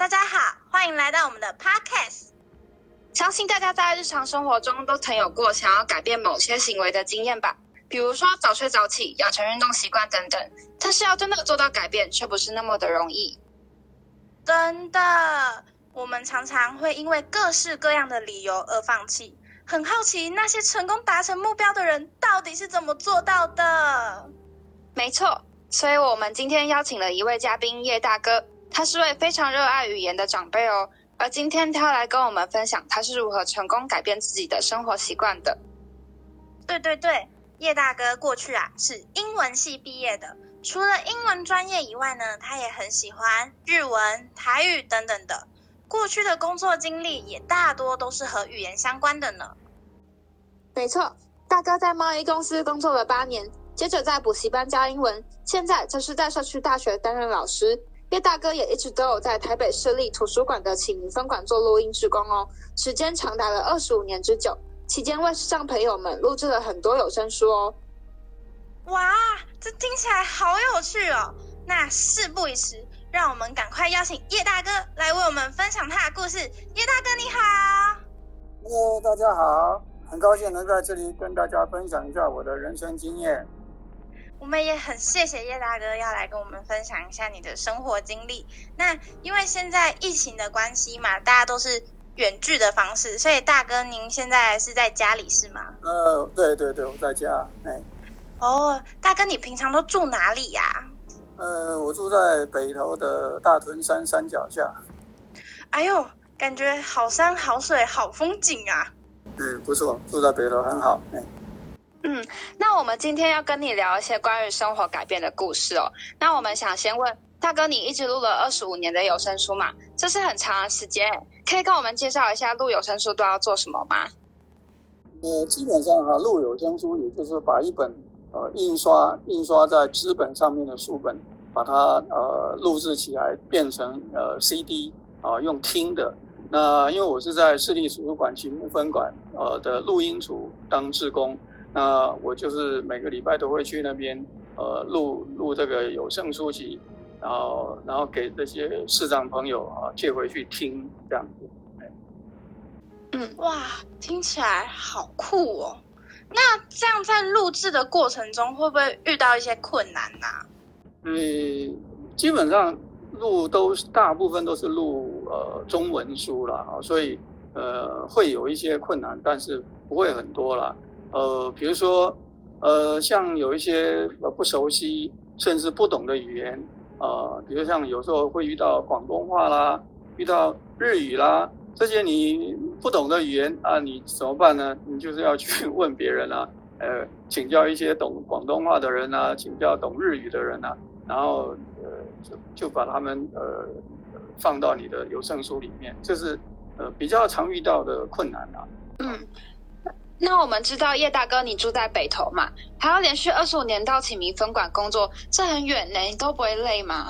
大家好，欢迎来到我们的 Podcast。 相信大家在日常生活中都曾有过想要改变某些行为的经验吧，比如说早睡早起、养成运动习惯等等。但是要真的做到改变，却不是那么的容易。 真的，我们常常会因为各式各样的理由而放弃。很好奇那些成功达成目标的人到底是怎么做到的？ 没错，所以我们今天邀请了一位嘉宾叶大哥，他是位非常热爱语言的长辈哦。而今天他要来跟我们分享他是如何成功改变自己的生活习惯的。 对，叶大哥过去是英文系毕业的，除了英文专业以外呢，他也很喜欢日文、台语等等的。过去的工作经历也大多都是和语言相关的呢。 没错，大哥在贸易公司工作了8年，接着在补习班教英文，现在则是在社区大学担任老师。叶大哥也一直都有在台北市立图书馆的启明分馆做录音志工哦，时间长达了25年之久，期间为视障朋友们录制了很多有声书哦。 哇，这听起来好有趣哦！那事不宜迟，让我们赶快邀请叶大哥来为我们分享他的故事。叶大哥你好。 Hello， 大家好，很高兴能在这里跟大家分享一下我的人生经验。 我们也很谢谢叶大哥要来跟我们分享一下你的生活经历。那因为现在疫情的关系嘛，大家都是远距的方式，所以大哥您现在是在家里是吗？ 对，我在家。 哦，大哥你平常都住哪里呀？ 我住在北投的大屯山山脚下。 哎呦，感觉好山好水好风景啊。 不错，住在北投很好。 那我们今天要跟你聊一些关于生活改变的故事哦。那我们想先问大哥，你一直录了25年的有声书嘛？这是很长的时间，可以跟我们介绍一下录有声书都要做什么吗？ 基本上录有声书，也就是把一本印刷在纸本上面的书本，把它录制起来，变成CD 用听的。那因为我是在市立图书馆启明分馆的录音组当志工。那我就是每个礼拜都会去那边录这个有声书籍，然后给这些视障朋友借回去听这样子。 哇，听起来好酷哦。那这样在录制的过程中会不会遇到一些困难啊？ 基本上大部分都是录中文书啦，所以会有一些困难，但是不会很多啦。比如说，像有一些不熟悉甚至不懂的语言，比如像有时候会遇到广东话啦，遇到日语啦，这些你不懂的语言你怎么办呢？你就是要去问别人请教一些懂广东话的人请教懂日语的人然后就把他们放到你的有声书里面，这是比较常遇到的困难那我们知道叶大哥你住在北投嘛，还要连续25年到启明分馆工作，这很远呢，你都不会累吗？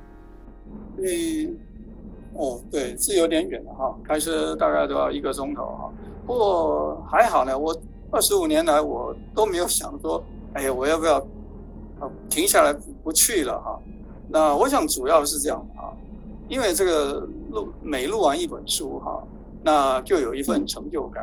对，是有点远的开车大概都要1个钟头不过还好呢，我25年来我都没有想说，我要不要停下来不去了那我想主要是这样因为这个每录完一本书那就有一份成就感。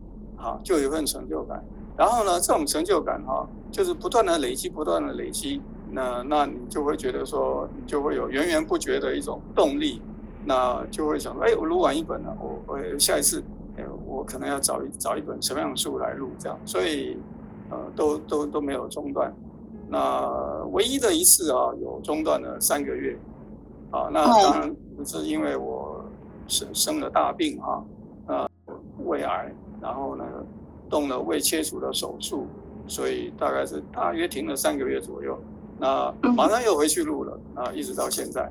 然后呢，这种成就感就是不断的累积，那你就会觉得说，你就会有源源不绝的一种动力，那就会想，我录完一本了，我下一次，我可能要找一本什么样的书来录，这样，所以都没有中断。那唯一的一次有中断了3个月，那当然是因为我生了大病胃癌。然后呢，动了胃切除的手术，所以大约停了3个月左右。那马上又回去录了一直到现在。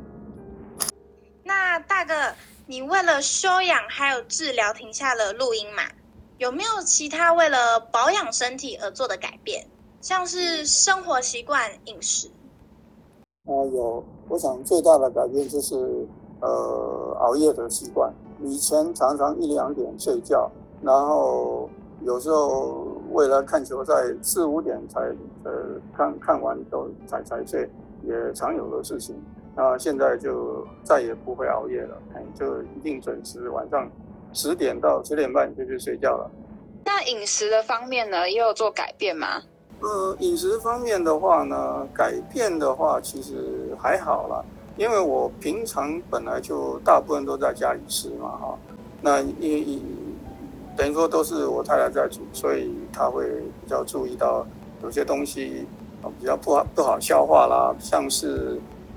那大哥，你为了休养还有治疗停下了录音嘛？有没有其他为了保养身体而做的改变，像是生活习惯、饮食？ 有，我想最大的改变就是熬夜的习惯。以前常常1、2点睡觉。然后有时候为了看球赛4、5点才看完都才睡，也常有的事情。 现在就再也不会熬夜了，就一定准时晚上10点到10点半就去睡觉了。 那饮食的方面呢，也有做改变吗？ 饮食方面的话呢，改变的话其实还好啦，因为我平常本来就大部分都在家里吃嘛，那等于说都是我太太在煮，所以她会比较注意到有些东西比较不好消化啦，像是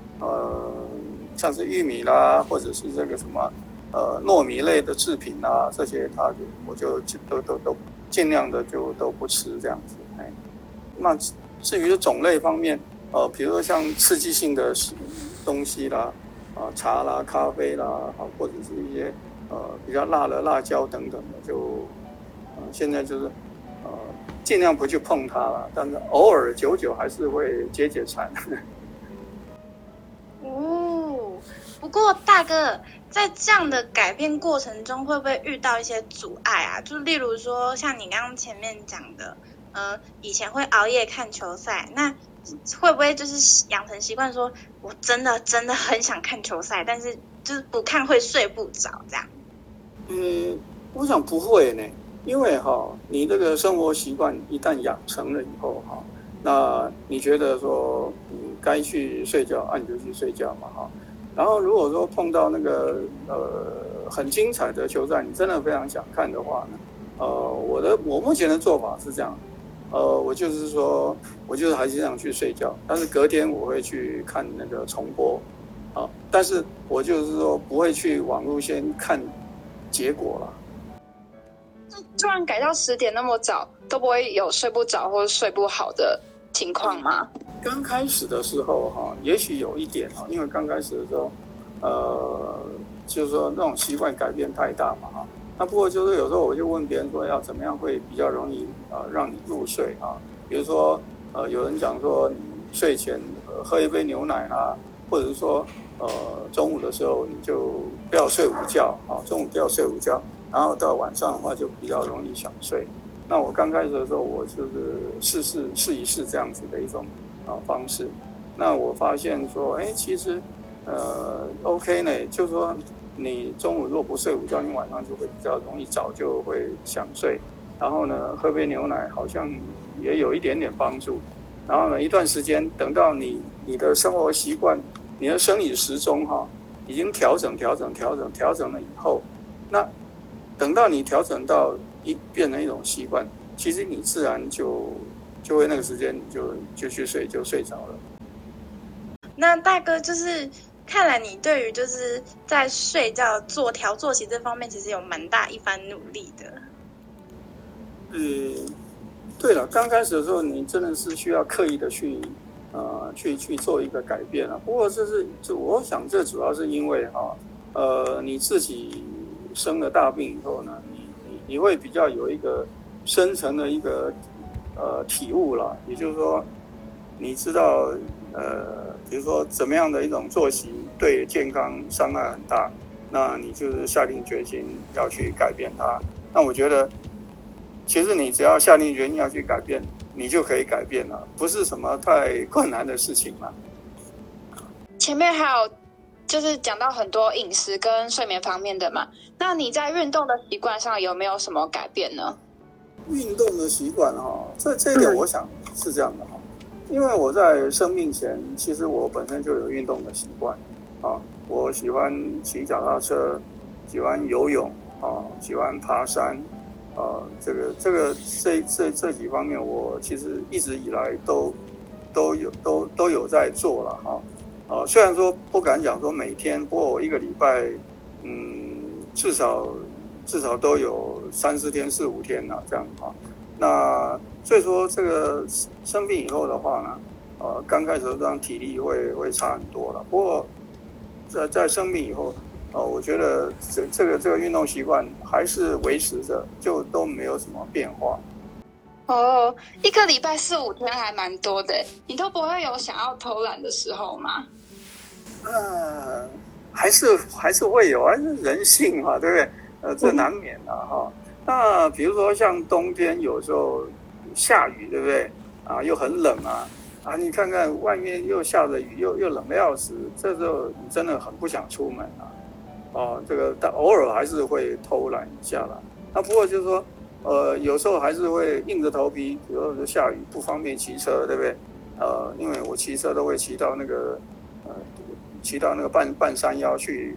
玉米啦，或者是这个什么糯米类的制品啦，这些我就都尽量的就都不吃这样子。那至于种类方面，比如说像刺激性的东西啦，茶啦、咖啡啦，或者是一些比较辣的辣椒等等的，就现在就是尽量不去碰它了，但是偶尔久久还是会解馋。 不过大哥，在这样的改变过程中，会不会遇到一些阻碍啊？就例如说，像你刚刚前面讲的，以前会熬夜看球赛，那会不会就是养成习惯说，我真的很想看球赛，但是就是不看会睡不着这样？ 我想不会呢，因为你这个生活习惯一旦养成了以后那你觉得说你该去睡觉，你就去睡觉嘛然后如果说碰到那个很精彩的球赛，你真的非常想看的话呢，我目前的做法是这样，我就是还是想去睡觉，但是隔天我会去看那个重播，但是我就是说不会去网络先看结果了。 突然改到10点那么早，都不会有睡不着或者睡不好的情况吗？ 刚开始的时候也许有一点因为刚开始的时候，就是说那种习惯改变太大嘛那不过就是有时候我就问别人说要怎么样会比较容易让你入睡比如说有人讲说你睡前喝一杯牛奶或者是说中午的时候你就不要睡午觉中午不要睡午觉，然后到晚上的话就比较容易想睡。那我刚开始的时候，我就是试一试这样子的一种方式。那我发现说，其实OK 呢，就是说你中午如果不睡午觉，你晚上就会比较容易早就会想睡。然后呢，喝杯牛奶好像也有一点点帮助。然后呢，一段时间等到你的生活习惯、你的生理时钟已经调整了以后，那等到你调整到变成一种习惯，其实你自然就会那个时间就去睡，就睡着了。 那大哥就是看来你对于就是在睡觉调作息这方面，其实有蛮大一番努力的。 对了，刚开始的时候你真的是需要刻意的去做一个改变不过我想这主要是因为你自己生了大病以后呢，你会比较有一个深层的一个体悟了，也就是说你知道比如说怎么样的一种作息对健康伤害很大，那你就是下定决心要去改变它。那我觉得其实你只要下定决心要去改变，你就可以改变了，不是什么太困难的事情嘛。 前面还有就是讲到很多饮食跟睡眠方面的嘛，那你在运动的习惯上有没有什么改变呢？ 运动的习惯这一点我想是这样的因为我在生病前，其实我本身就有运动的习惯我喜欢骑脚踏车，喜欢游泳喜欢爬山这几方面我其实一直以来都有在做了虽然说不敢讲说每天，不过我一个礼拜至少都有3-4天4-5天这样那所以说这个生病以后的话呢刚开始这样体力会差很多了，不过在生病以后我觉得这个运动习惯还是维持着，就都没有什么变化。 一个礼拜4-5天还蛮多的，你都不会有想要偷懒的时候吗？ 还是会有人性嘛，对不对？这难免那比如说像冬天有时候下雨，对不对？又很冷啊，你看看外面又下着雨，又冷得要死，这时候你真的很不想出门啊。这个但偶尔还是会偷懒一下啦。那不过就是说，有时候还是会硬着头皮，比如说下雨不方便骑车，对不对？因为我骑车都会骑到那个半山腰去，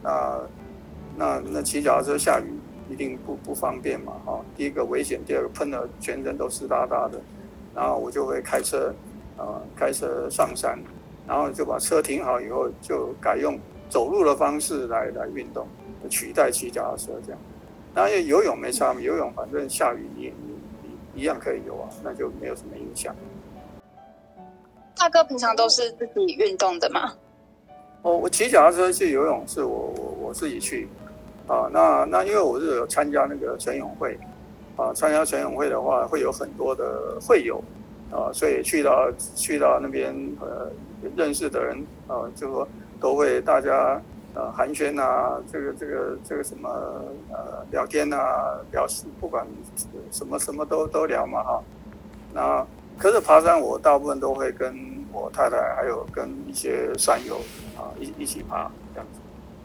那骑脚踏车下雨一定不方便嘛，第一个危险，第二个喷了全身都湿哒哒的，然后我就会开车上山，然后就把车停好以后，就改用走路的方式来运动，取代骑脚踏车这样。当然游泳没差，游泳反正下雨你一样可以游啊，那就没有什么影响。 大哥平常都是自己运动的吗？ 我骑脚踏车去游泳是我自己去啊。那因为我是有参加那个晨泳会啊，参加晨泳会的话会有很多的会友啊，所以去到那边认识的人就说都会大家寒暄啊，这个什么聊天啊，聊不管什么都聊嘛哈。那可是爬山我大部分都会跟我太太还有跟一些山友一起爬这样子。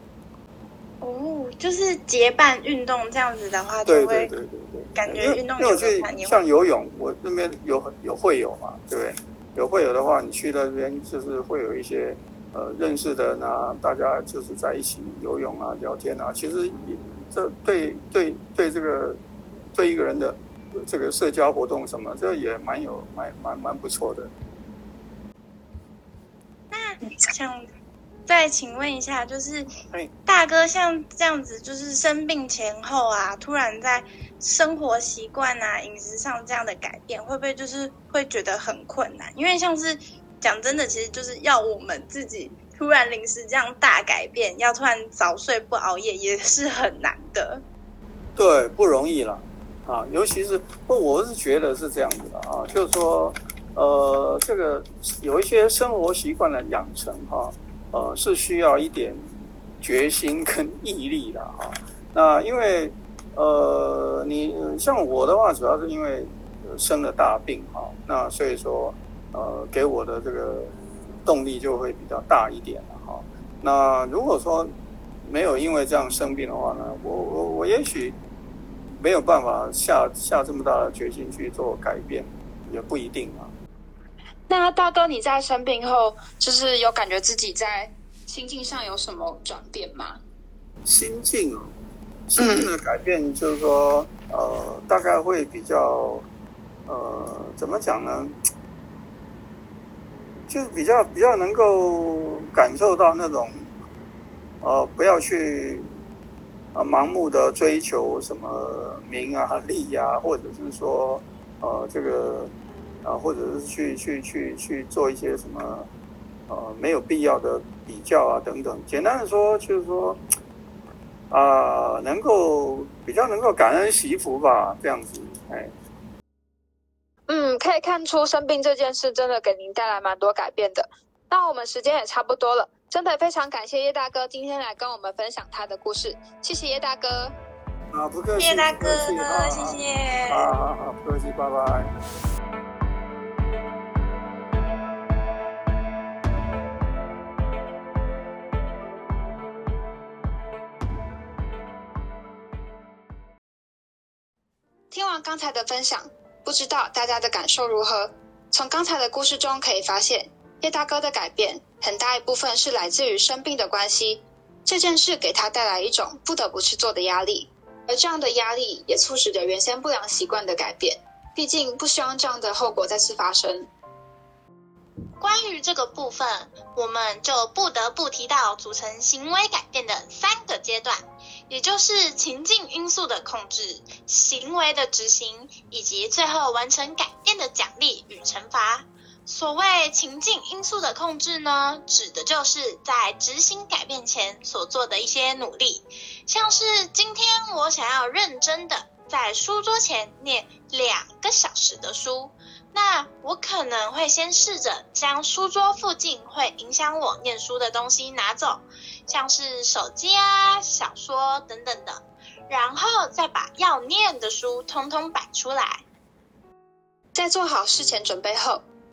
就是结伴运动这样子的话，就会感觉运动因为我去像游泳，我那边有会友嘛，对不对？有会友的话，你去那边就是会有一些认识的人啊，大家就是在一起游泳啊、聊天啊。其实这对这个对一个人的这个社交活动什么，这也蛮不错的。 那想再请问一下，就是大哥像这样子，就是生病前后啊，突然在生活习惯啊、饮食上这样的改变，会不会就是会觉得很困难？因为像是讲真的，其实就是要我们自己突然临时这样大改变，要突然早睡不熬夜，也是很难的。 对，不容易啦。尤其是我是觉得是这样子的啊，就是说这个有一些生活习惯的养成是需要一点决心跟毅力的哈。那因为你像我的话，主要是因为生了大病哈，那所以说给我的这个动力就会比较大一点了哈。那如果说没有因为这样生病的话呢，我也许没有办法下这么大的决心去做改变，也不一定啊。 那大哥，你在生病后，就是有感觉自己在心境上有什么转变吗？ 心境的改变就是说，大概会比较，怎么讲呢？就是比较能够感受到那种，不要去盲目的追求什么名啊、利啊，或者是说，这个。或者是去做一些什么没有必要的比较啊等等。简单的说就是说比较能够感恩惜福吧，这样子。 可以看出生病这件事真的给您带来蛮多改变的。那我们时间也差不多了，真的非常感谢叶大哥今天来跟我们分享他的故事，谢谢叶大哥。 不客气， 叶大哥，谢谢。 好，不客气，拜拜。 听完刚才的分享，不知道大家的感受如何？从刚才的故事中可以发现，叶大哥的改变很大一部分是来自于生病的关系，这件事给他带来一种不得不去做的压力，而这样的压力也促使着原先不良习惯的改变，毕竟不希望这样的后果再次发生。 关于这个部分，我们就不得不提到组成行为改变的3个阶段，也就是情境因素的控制、行为的执行，以及最后完成改变的奖励与惩罚。所谓情境因素的控制呢，指的就是在执行改变前所做的一些努力，像是今天我想要认真的在书桌前念2个小时的书，那我可能会先试着将书桌附近会影响我念书的东西拿走，像是手机啊、小说等等的，然后再把要念的书通通摆出来。 在做好事前准备后，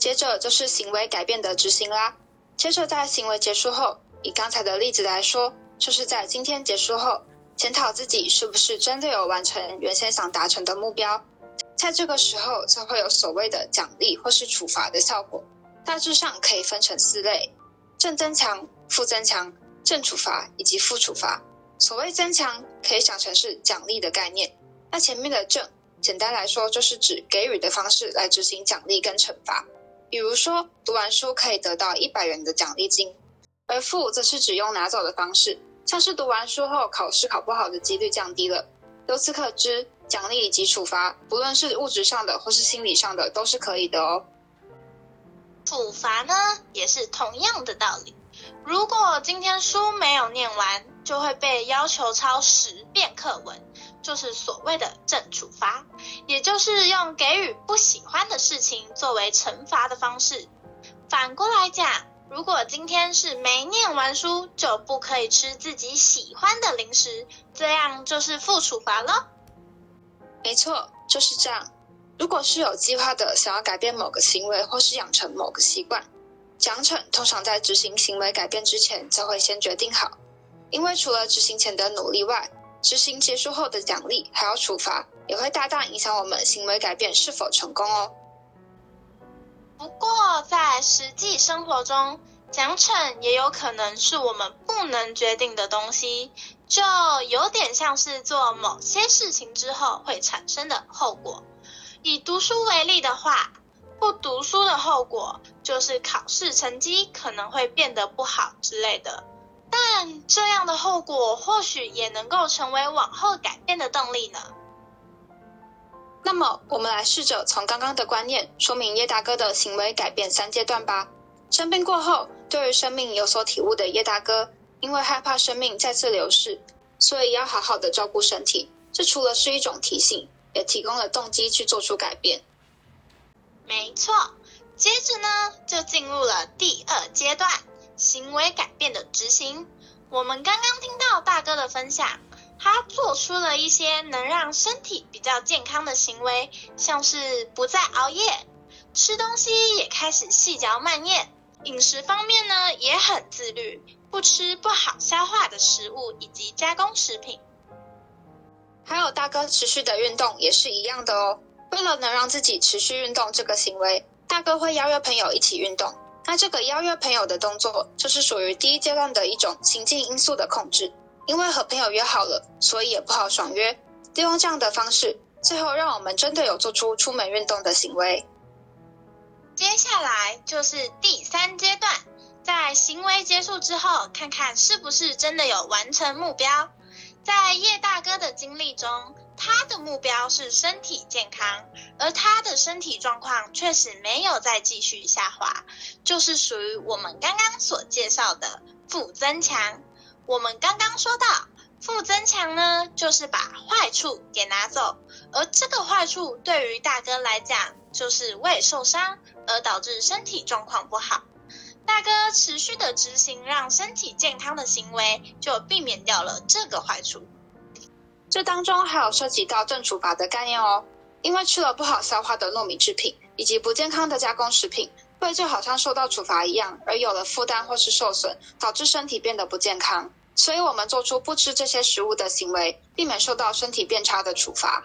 接着就是行为改变的执行啦。接着在行为结束后，以刚才的例子来说，就是在今天结束后，检讨自己是不是真的有完成原先想达成的目标。在这个时候就会有所谓的奖励或是处罚的效果，大致上可以分成4类：正增强、负增强、正处罚以及负处罚。所谓增强可以想成是奖励的概念，那前面的正简单来说就是指给予的方式来执行奖励跟惩罚，比如说读完书可以得到100元的奖励金，而负则是指用拿走的方式，像是读完书后考试考不好的几率降低了。由此可知，奖励以及处罚不论是物质上的或是心理上的都是可以的哦。 处罚呢也是同样的道理，如果今天书没有念完，就会被要求抄10遍课文，就是所谓的正处罚，也就是用给予不喜欢的事情作为惩罚的方式。反过来讲，如果今天是没念完书，就不可以吃自己喜欢的零食，这样就是负处罚了。 没错，就是这样。如果是有计划的想要改变某个行为或是养成某个习惯，奖惩通常在执行行为改变之前就会先决定好，因为除了执行前的努力外，执行结束后的奖励还有处罚，也会大大影响我们行为改变是否成功哦。 不过在实际生活中，奖惩也有可能是我们不能决定的东西，就有点像是做某些事情之后会产生的后果。以读书为例的话，不读书的后果就是考试成绩可能会变得不好之类的，但这样的后果或许也能够成为往后改变的动力呢。 那么我们来试着从刚刚的观念说明叶大哥的行为改变3阶段吧。生病过后，对于生命有所体悟的叶大哥，因为害怕生命再次流逝，所以要好好的照顾身体，这除了是一种提醒，也提供了动机去做出改变。 没错，接着呢就进入了第2阶段，行为改变的执行。我们刚刚听到大哥的分享，他做出了一些能让身体比较健康的行为，像是不再熬夜，吃东西也开始细嚼慢咽，饮食方面呢也很自律，不吃不好消化的食物以及加工食品。 还有大哥持续的运动也是一样的哦。为了能让自己持续运动这个行为，大哥会邀约朋友一起运动。那这个邀约朋友的动作，就是属于第1阶段的一种情境因素的控制。因为和朋友约好了，所以也不好爽约。利用这样的方式，最后让我们真的有做出出门运动的行为。 接下来就是第3阶段，在行为结束之后，看看是不是真的有完成目标。在叶大哥的经历中，他的目标是身体健康，而他的身体状况确实没有再继续下滑，就是属于我们刚刚所介绍的负增强。我们刚刚说到，负增强呢，就是把坏处给拿走，而这个坏处对于大哥来讲，就是胃受伤而导致身体状况不好。大哥持续的执行让身体健康的行为，就避免掉了这个坏处。 这当中还有涉及到正处罚的概念哦，因为吃了不好消化的糯米制品以及不健康的加工食品，胃就好像受到处罚一样，而有了负担或是受损，导致身体变得不健康。所以我们做出不吃这些食物的行为，避免受到身体变差的处罚。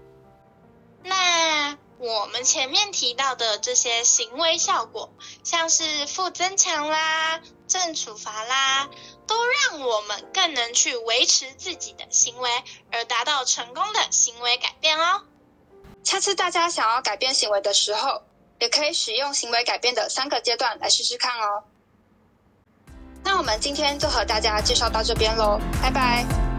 那我们前面提到的这些行为效果，像是负增强啦、正处罚啦，都让我们更能去维持自己的行为，而达到成功的行为改变哦。 下次大家想要改变行为的时候，也可以使用行为改变的3个阶段来试试看哦。那我们今天就和大家介绍到这边咯，拜拜。